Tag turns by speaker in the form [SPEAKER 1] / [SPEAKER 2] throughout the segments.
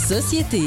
[SPEAKER 1] société.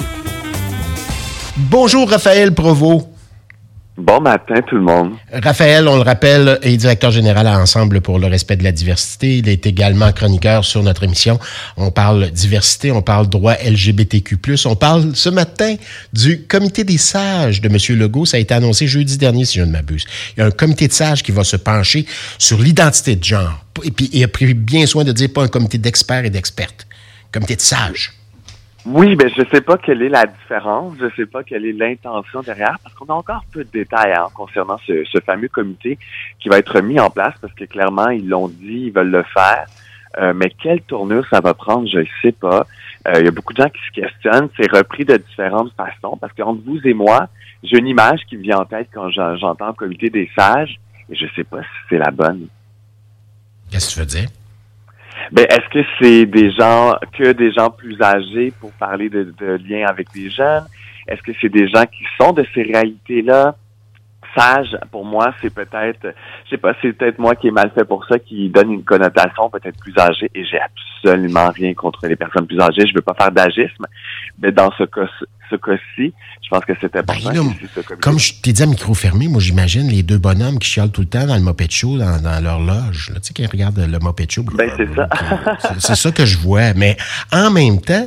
[SPEAKER 2] Bonjour Raphaël Provost.
[SPEAKER 3] Bon matin tout le monde.
[SPEAKER 2] Raphaël, on le rappelle, est directeur général à Ensemble pour le respect de la diversité. Il est également chroniqueur sur notre émission. On parle diversité, on parle droit LGBTQ+. On parle ce matin du comité des sages de M. Legault. Ça a été annoncé jeudi dernier, si je ne m'abuse. Il y a un comité de sages qui va se pencher sur l'identité de genre. Et puis, il a pris bien soin de dire pas un comité d'experts et d'expertes. Comité de sages.
[SPEAKER 3] Oui, ben je sais pas quelle est la différence, je sais pas quelle est l'intention derrière, parce qu'on a encore peu de détails concernant ce fameux comité qui va être mis en place, parce que clairement, ils l'ont dit, ils veulent le faire, mais quelle tournure ça va prendre, je ne sais pas. Il y a beaucoup de gens qui se questionnent, c'est repris de différentes façons, parce qu'entre vous et moi, j'ai une image qui me vient en tête quand j'entends le comité des sages, et je sais pas si c'est la bonne.
[SPEAKER 2] Qu'est-ce que tu veux dire?
[SPEAKER 3] Ben, est-ce que c'est des gens plus âgés pour parler de liens avec les jeunes? Est-ce que c'est des gens qui sont de ces réalités-là? Sage, pour moi, c'est peut-être, je sais pas, c'est peut-être moi qui est mal fait pour ça, qui donne une connotation peut-être plus âgée, et j'ai absolument rien contre les personnes plus âgées, je veux pas faire d'agisme, mais dans ce cas-ci, je pense que c'est important.
[SPEAKER 2] Comme je t'ai dit à micro fermé, moi j'imagine les deux bonhommes qui chialent tout le temps dans le Muppet Show, dans leur loge, là, tu sais, qui regardent le Muppet Show.
[SPEAKER 3] Ben, c'est ça.
[SPEAKER 2] C'est ça que je vois, mais en même temps,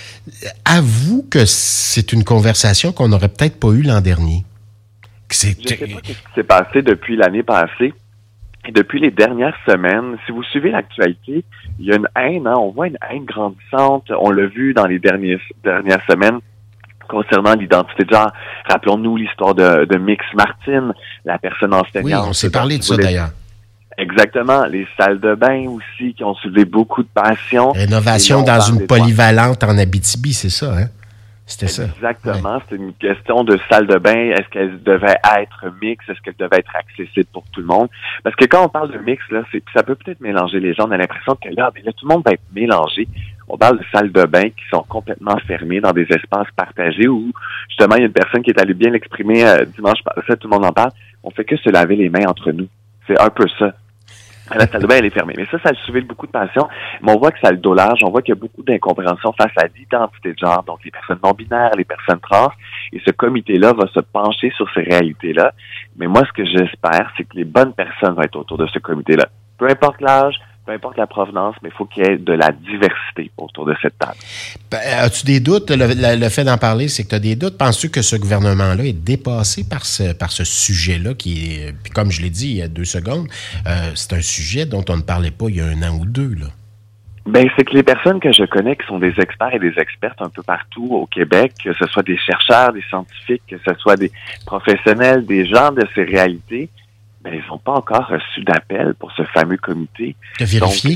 [SPEAKER 2] avoue que c'est une conversation qu'on n'aurait peut-être pas eue l'an dernier.
[SPEAKER 3] Je ne sais pas ce qui s'est passé depuis l'année passée. Et depuis les dernières semaines, si vous suivez l'actualité, il y a une haine, on voit une haine grandissante. On l'a vu dans les dernières semaines concernant l'identité de genre. Rappelons-nous l'histoire de Mix Martin, la personne enseignante.
[SPEAKER 2] Oui, on s'est parlé de ça d'ailleurs.
[SPEAKER 3] Exactement. Les salles de bain aussi qui ont soulevé beaucoup de passion.
[SPEAKER 2] Rénovation dans une polyvalente en Abitibi, c'est ça, hein? C'était ça.
[SPEAKER 3] Exactement. Ouais. C'était une question de salle de bain. Est-ce qu'elle devait être mixte? Est-ce qu'elle devait être accessible pour tout le monde? Parce que quand on parle de mix, là, ça peut peut-être mélanger les gens. On a l'impression que là, tout le monde va être mélangé. On parle de salles de bain qui sont complètement fermées dans des espaces partagés où, justement, il y a une personne qui est allée bien l'exprimer dimanche passé, tout le monde en parle. On fait que se laver les mains entre nous. C'est un peu ça. La salle de bain, elle est fermée. Mais ça a soulevé beaucoup de passion. Mais on voit que ça a le dos large. On voit qu'il y a beaucoup d'incompréhension face à l'identité de genre. Donc, les personnes non-binaires, les personnes trans. Et ce comité-là va se pencher sur ces réalités-là. Mais moi, ce que j'espère, c'est que les bonnes personnes vont être autour de ce comité-là. Peu importe l'âge, peu importe la provenance, mais il faut qu'il y ait de la diversité autour de cette table.
[SPEAKER 2] As-tu des doutes? Le fait d'en parler, c'est que tu as des doutes. Penses-tu que ce gouvernement-là est dépassé par ce sujet-là qui est, puis comme je l'ai dit il y a 2 secondes, c'est un sujet dont on ne parlait pas il y a 1 an ou 2, là?
[SPEAKER 3] Ben, c'est que les personnes que je connais qui sont des experts et des expertes un peu partout au Québec, que ce soit des chercheurs, des scientifiques, que ce soit des professionnels, des gens de ces réalités, ben, ils n'ont pas encore reçu d'appel pour ce fameux comité.
[SPEAKER 2] Tu as vérifié?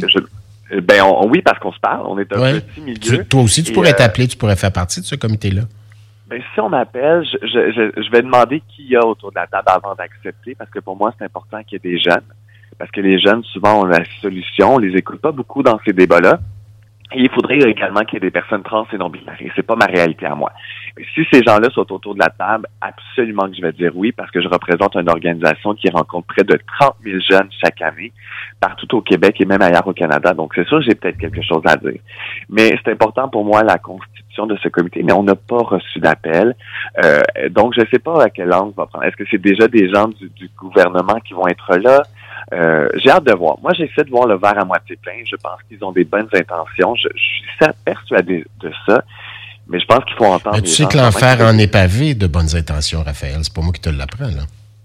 [SPEAKER 3] Donc, oui, parce qu'on se parle, on est un petit milieu.
[SPEAKER 2] Toi aussi, tu pourrais t'appeler, tu pourrais faire partie de ce comité-là.
[SPEAKER 3] Ben, si on m'appelle, je vais demander qui y a autour de la table avant d'accepter, parce que pour moi, c'est important qu'il y ait des jeunes. Parce que les jeunes, souvent, ont la solution. On les écoute pas beaucoup dans ces débats-là. Et il faudrait également qu'il y ait des personnes trans et non-binaires. Et c'est pas ma réalité à moi. Mais si ces gens-là sont autour de la table, absolument que je vais dire oui, parce que je représente une organisation qui rencontre près de 30 000 jeunes chaque année, partout au Québec et même ailleurs au Canada. Donc, c'est sûr que j'ai peut-être quelque chose à dire. Mais c'est important pour moi, la constitution de ce comité, mais on n'a pas reçu d'appel. Donc, je sais pas à quel angle va prendre. Est-ce que c'est déjà des gens du gouvernement qui vont être là? J'ai hâte de voir. Moi, j'essaie de voir le verre à moitié plein. Je pense qu'ils ont des bonnes intentions. Je suis persuadé de ça. Mais je pense qu'il faut entendre...
[SPEAKER 2] Mais tu sais que l'enfer en est pavé de bonnes intentions, Raphaël. C'est pas moi qui te l'apprends, là.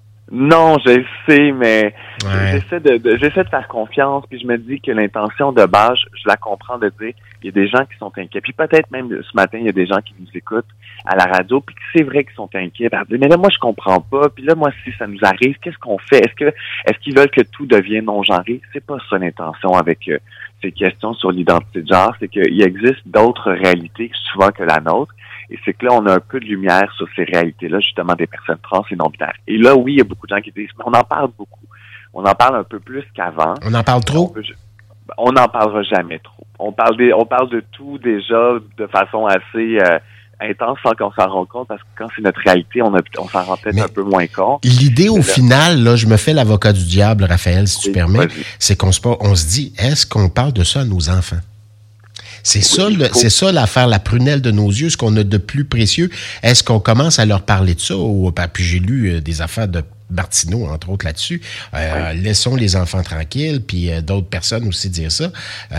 [SPEAKER 3] Non, je sais, mais j'essaie de faire confiance, puis je me dis que l'intention de base, je la comprends de dire, il y a des gens qui sont inquiets. Puis peut-être même ce matin, il y a des gens qui nous écoutent à la radio, puis c'est vrai qu'ils sont inquiets. Mais là, moi, je comprends pas. Puis là, moi, si ça nous arrive, qu'est-ce qu'on fait? Est-ce qu'ils veulent que tout devienne non-genré? C'est pas ça l'intention avec ces questions sur l'identité de genre. C'est qu'il existe d'autres réalités souvent que la nôtre. Et c'est que là, on a un peu de lumière sur ces réalités-là, justement, des personnes trans et non-binaires. Et là, oui, il y a beaucoup de gens qui disent, mais on en parle beaucoup. On en parle un peu plus qu'avant.
[SPEAKER 2] On en parle trop?
[SPEAKER 3] On n'en parlera jamais trop. On parle de tout déjà de façon assez intense sans qu'on s'en rende compte, parce que quand c'est notre réalité, on s'en rend peut-être un peu moins compte.
[SPEAKER 2] L'idée, au final, là, je me fais l'avocat du diable, Raphaël, si tu permets, c'est qu'on se dit, est-ce qu'on parle de ça à nos enfants? C'est ça l'affaire, la prunelle de nos yeux, ce qu'on a de plus précieux. Est-ce qu'on commence à leur parler de ça? Puis j'ai lu des affaires de Martineau, entre autres, là-dessus. Laissons les enfants tranquilles, puis d'autres personnes aussi dire ça.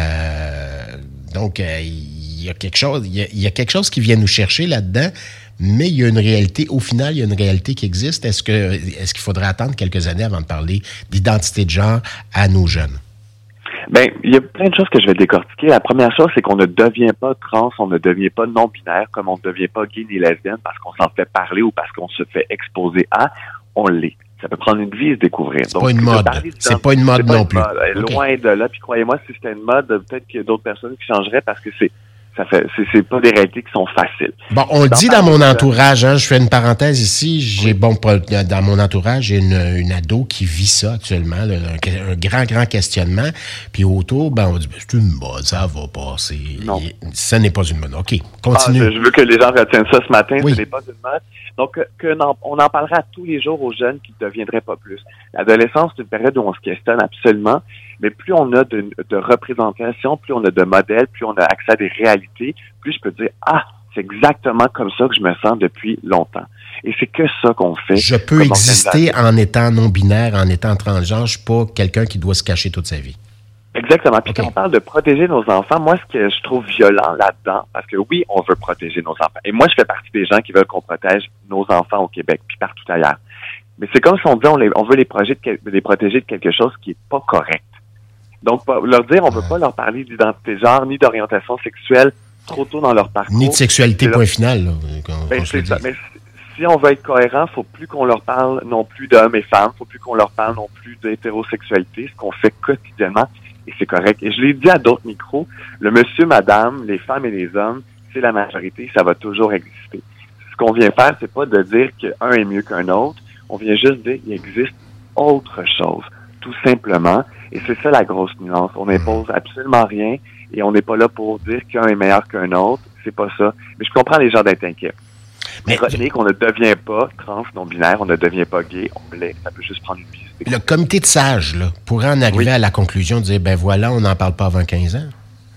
[SPEAKER 2] Donc, il y a quelque chose qui vient nous chercher là-dedans, mais il y a une réalité. Au final, il y a une réalité qui existe. Est-ce qu'il faudrait attendre quelques années avant de parler d'identité de genre à nos jeunes?
[SPEAKER 3] Ben, il y a plein de choses que je vais décortiquer. La première chose, c'est qu'on ne devient pas trans, on ne devient pas non-binaire, comme on ne devient pas gay ni lesbienne parce qu'on s'en fait parler ou parce qu'on se fait exposer à. On l'est. Ça peut prendre une vie à se découvrir.
[SPEAKER 2] C'est pas une mode. C'est pas une mode non plus.
[SPEAKER 3] Okay. Loin de là. Puis croyez-moi, si c'était une mode, peut-être qu'il y a d'autres personnes qui changeraient parce que c'est pas des réalités qui sont faciles.
[SPEAKER 2] Bon, on le dit dans mon entourage, hein, je fais une parenthèse ici, dans mon entourage, j'ai une ado qui vit ça actuellement, un grand questionnement, puis autour, on dit, c'est une mode, ça va passer.
[SPEAKER 3] Non.
[SPEAKER 2] Ça n'est pas une mode. OK, continue.
[SPEAKER 3] Je veux que les gens retiennent ça ce matin,
[SPEAKER 2] oui.
[SPEAKER 3] Ce n'est pas une mode. Donc, on en parlera tous les jours aux jeunes qui ne deviendraient pas plus. L'adolescence, c'est une période où on se questionne absolument, mais plus on a de représentation, plus on a de modèles, plus on a accès à des réalités, plus je peux dire, c'est exactement comme ça que je me sens depuis longtemps. Et c'est que ça qu'on fait.
[SPEAKER 2] Je peux exister en étant non-binaire, en étant transgenre. Je suis pas quelqu'un qui doit se cacher toute sa vie.
[SPEAKER 3] Exactement. Puis quand on parle de protéger nos enfants, moi, ce que je trouve violent là-dedans, parce que oui, on veut protéger nos enfants. Et moi, je fais partie des gens qui veulent qu'on protège nos enfants au Québec, puis partout ailleurs. Mais c'est comme si on dit on veut les protéger de quelque chose qui est pas correct. Donc, leur dire, on veut pas leur parler d'identité de genre, ni d'orientation sexuelle trop tôt dans leur parcours.
[SPEAKER 2] Ni de sexualité, point final. Là,
[SPEAKER 3] c'est ça. Mais si on veut être cohérent, faut plus qu'on leur parle non plus d'hommes et femmes, faut plus qu'on leur parle non plus d'hétérosexualité, ce qu'on fait quotidiennement. Et c'est correct. Et je l'ai dit à d'autres micros, le monsieur, madame, les femmes et les hommes, c'est la majorité, ça va toujours exister. Ce qu'on vient faire, c'est pas de dire qu'un est mieux qu'un autre, on vient juste dire qu'il existe autre chose, tout simplement. Et c'est ça la grosse nuance. On n'impose absolument rien et on n'est pas là pour dire qu'un est meilleur qu'un autre. C'est pas ça. Mais je comprends les gens d'être inquiets. Mais retenez qu'on ne devient pas trans, non-binaire, on ne devient pas gay, on l'est. Ça peut juste prendre une piste.
[SPEAKER 2] Le comité de sages là, pourrait en arriver à la conclusion de dire, voilà, on n'en parle pas avant 15 ans.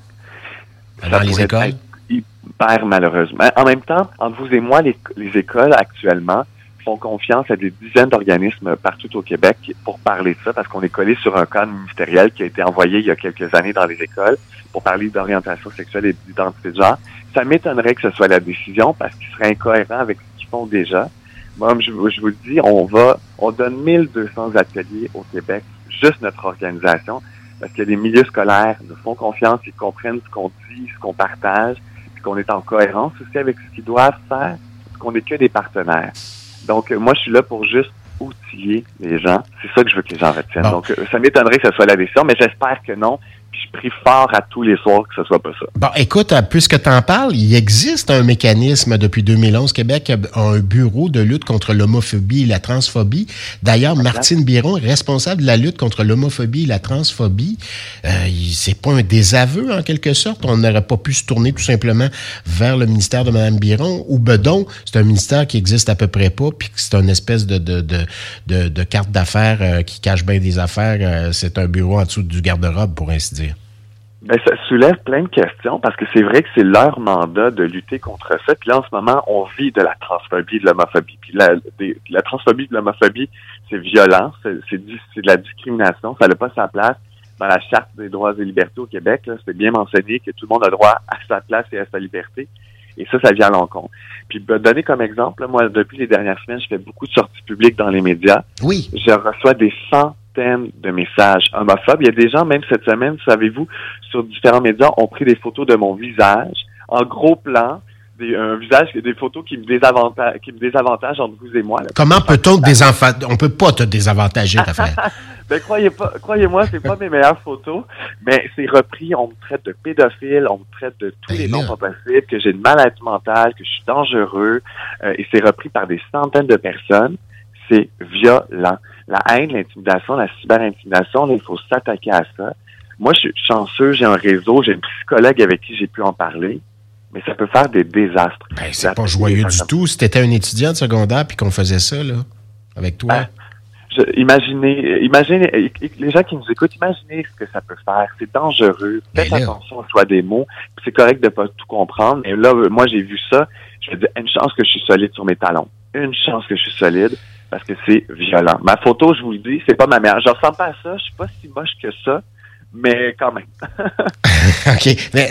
[SPEAKER 2] Dans les écoles.
[SPEAKER 3] Hyper malheureusement. En même temps, entre vous et moi, les écoles actuellement font confiance à des dizaines d'organismes partout au Québec pour parler de ça, parce qu'on est collé sur un cadre ministériel qui a été envoyé il y a quelques années dans les écoles pour parler d'orientation sexuelle et d'identité de genre. Ça m'étonnerait que ce soit la décision parce qu'il serait incohérent avec ce qu'ils font déjà. Moi, je vous le dis, on donne 1200 ateliers au Québec, juste notre organisation, parce que les milieux scolaires nous font confiance, ils comprennent ce qu'on dit, ce qu'on partage, puis qu'on est en cohérence aussi avec ce qu'ils doivent faire, parce qu'on n'est que des partenaires. Donc, moi, je suis là pour juste outiller les gens. C'est ça que je veux que les gens retiennent. Bon. Donc, ça m'étonnerait que ce soit la décision, mais j'espère que non. Puis je prie fort à tous les soirs que ce soit pas ça.
[SPEAKER 2] Bon, écoute, puisque tu en parles, il existe un mécanisme depuis 2011. Québec a un bureau de lutte contre l'homophobie et la transphobie. D'ailleurs, Martine Biron est responsable de la lutte contre l'homophobie et la transphobie. C'est pas un désaveu, en quelque sorte. On n'aurait pas pu se tourner tout simplement vers le ministère de Mme Biron. Ou bedon, c'est un ministère qui existe à peu près pas, puis c'est une espèce de carte d'affaires qui cache bien des affaires. C'est un bureau en dessous du garde-robe, pour ainsi dire.
[SPEAKER 3] Ben, ça soulève plein de questions parce que c'est vrai que c'est leur mandat de lutter contre ça. Puis là, en ce moment, on vit de la transphobie et de l'homophobie. Puis la transphobie et de l'homophobie, c'est violent, c'est de la discrimination. Ça n'a pas sa place dans la Charte des droits et libertés au Québec. Là. C'est bien mentionné que tout le monde a droit à sa place et à sa liberté. Et ça vient à l'encontre. Puis, donner comme exemple, là, moi, depuis les dernières semaines, je fais beaucoup de sorties publiques dans les médias.
[SPEAKER 2] Oui.
[SPEAKER 3] Je reçois des centaines de messages homophobes. Il y a des gens, même cette semaine, savez-vous, sur différents médias, ont pris des photos de mon visage en gros plan, des photos qui me désavantagent entre vous et moi. Là.
[SPEAKER 2] Comment peut-on on peut pas te désavantager, Raphaël.
[SPEAKER 3] Ben, croyez-moi, c'est pas mes meilleures photos, mais c'est repris, on me traite de pédophile, on me traite de tous les noms pas possibles, que j'ai une maladie mentale, que je suis dangereux, et c'est repris par des centaines de personnes. C'est violent. La haine, l'intimidation, la cyber-intimidation, là, il faut s'attaquer à ça. Moi, je suis chanceux, j'ai un réseau, j'ai une psychologue avec qui j'ai pu en parler, mais ça peut faire des désastres.
[SPEAKER 2] Ben, c'est pas joyeux du tout. Si t'étais un étudiant de secondaire puis qu'on faisait ça, là, avec toi.
[SPEAKER 3] Imaginez, les gens qui nous écoutent, imaginez ce que ça peut faire. C'est dangereux. Faites attention au choix des mots. C'est correct de pas tout comprendre. Mais là, moi, j'ai vu ça. Je me dis, une chance que je suis solide sur mes talons. Une chance que je suis solide parce que c'est violent. Ma photo, je vous le dis, c'est pas ma meilleure. Je ressemble pas à ça. Je suis pas si moche que ça. Mais quand même.
[SPEAKER 2] OK. Mais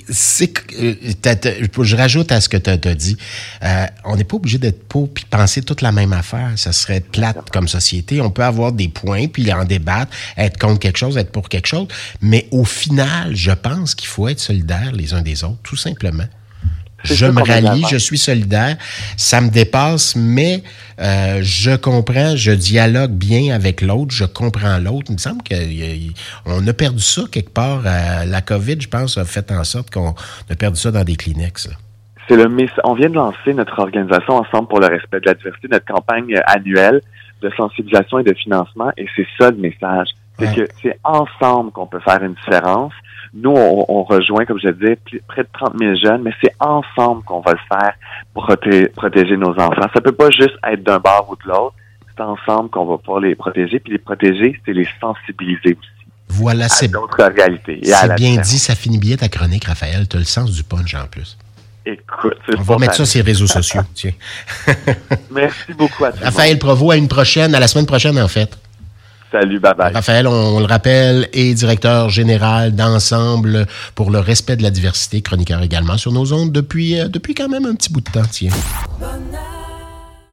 [SPEAKER 2] je rajoute à ce que tu as dit. On n'est pas obligé d'être pour puis penser toute la même affaire. Ça serait plate comme société. On peut avoir des points puis en débattre, être contre quelque chose, être pour quelque chose. Mais au final, je pense qu'il faut être solidaires les uns des autres, tout simplement. Je me rallie, je suis solidaire, ça me dépasse, mais je comprends, je dialogue bien avec l'autre, je comprends l'autre. Il me semble qu'on a perdu ça quelque part. La COVID, je pense, a fait en sorte qu'on a perdu ça dans des Kleenex.
[SPEAKER 3] On vient de lancer notre organisation Ensemble pour le respect de la diversité, notre campagne annuelle de sensibilisation et de financement, et c'est ça le message. C'est que c'est ensemble qu'on peut faire une différence. Nous, on rejoint, comme je disais, près de 30 000 jeunes, mais c'est ensemble qu'on va le faire pour protéger nos enfants. Ça peut pas juste être d'un bord ou de l'autre. C'est ensemble qu'on va pouvoir les protéger. Puis les protéger, c'est les sensibiliser aussi.
[SPEAKER 2] Voilà,
[SPEAKER 3] à d'autres réalités.
[SPEAKER 2] C'est bien dit, ça finit bien ta chronique, Raphaël. Tu as le sens du punch en plus.
[SPEAKER 3] Écoute,
[SPEAKER 2] on va mettre ça sur les réseaux sociaux. Tiens.
[SPEAKER 3] Merci beaucoup à tous.
[SPEAKER 2] Raphaël Provost, à la semaine prochaine, en fait.
[SPEAKER 3] Salut, bye-bye.
[SPEAKER 2] Raphaël, on le rappelle, est directeur général d'Ensemble pour le respect de la diversité, chroniqueur également sur nos ondes depuis quand même un petit bout de temps, tiens. Bonheur.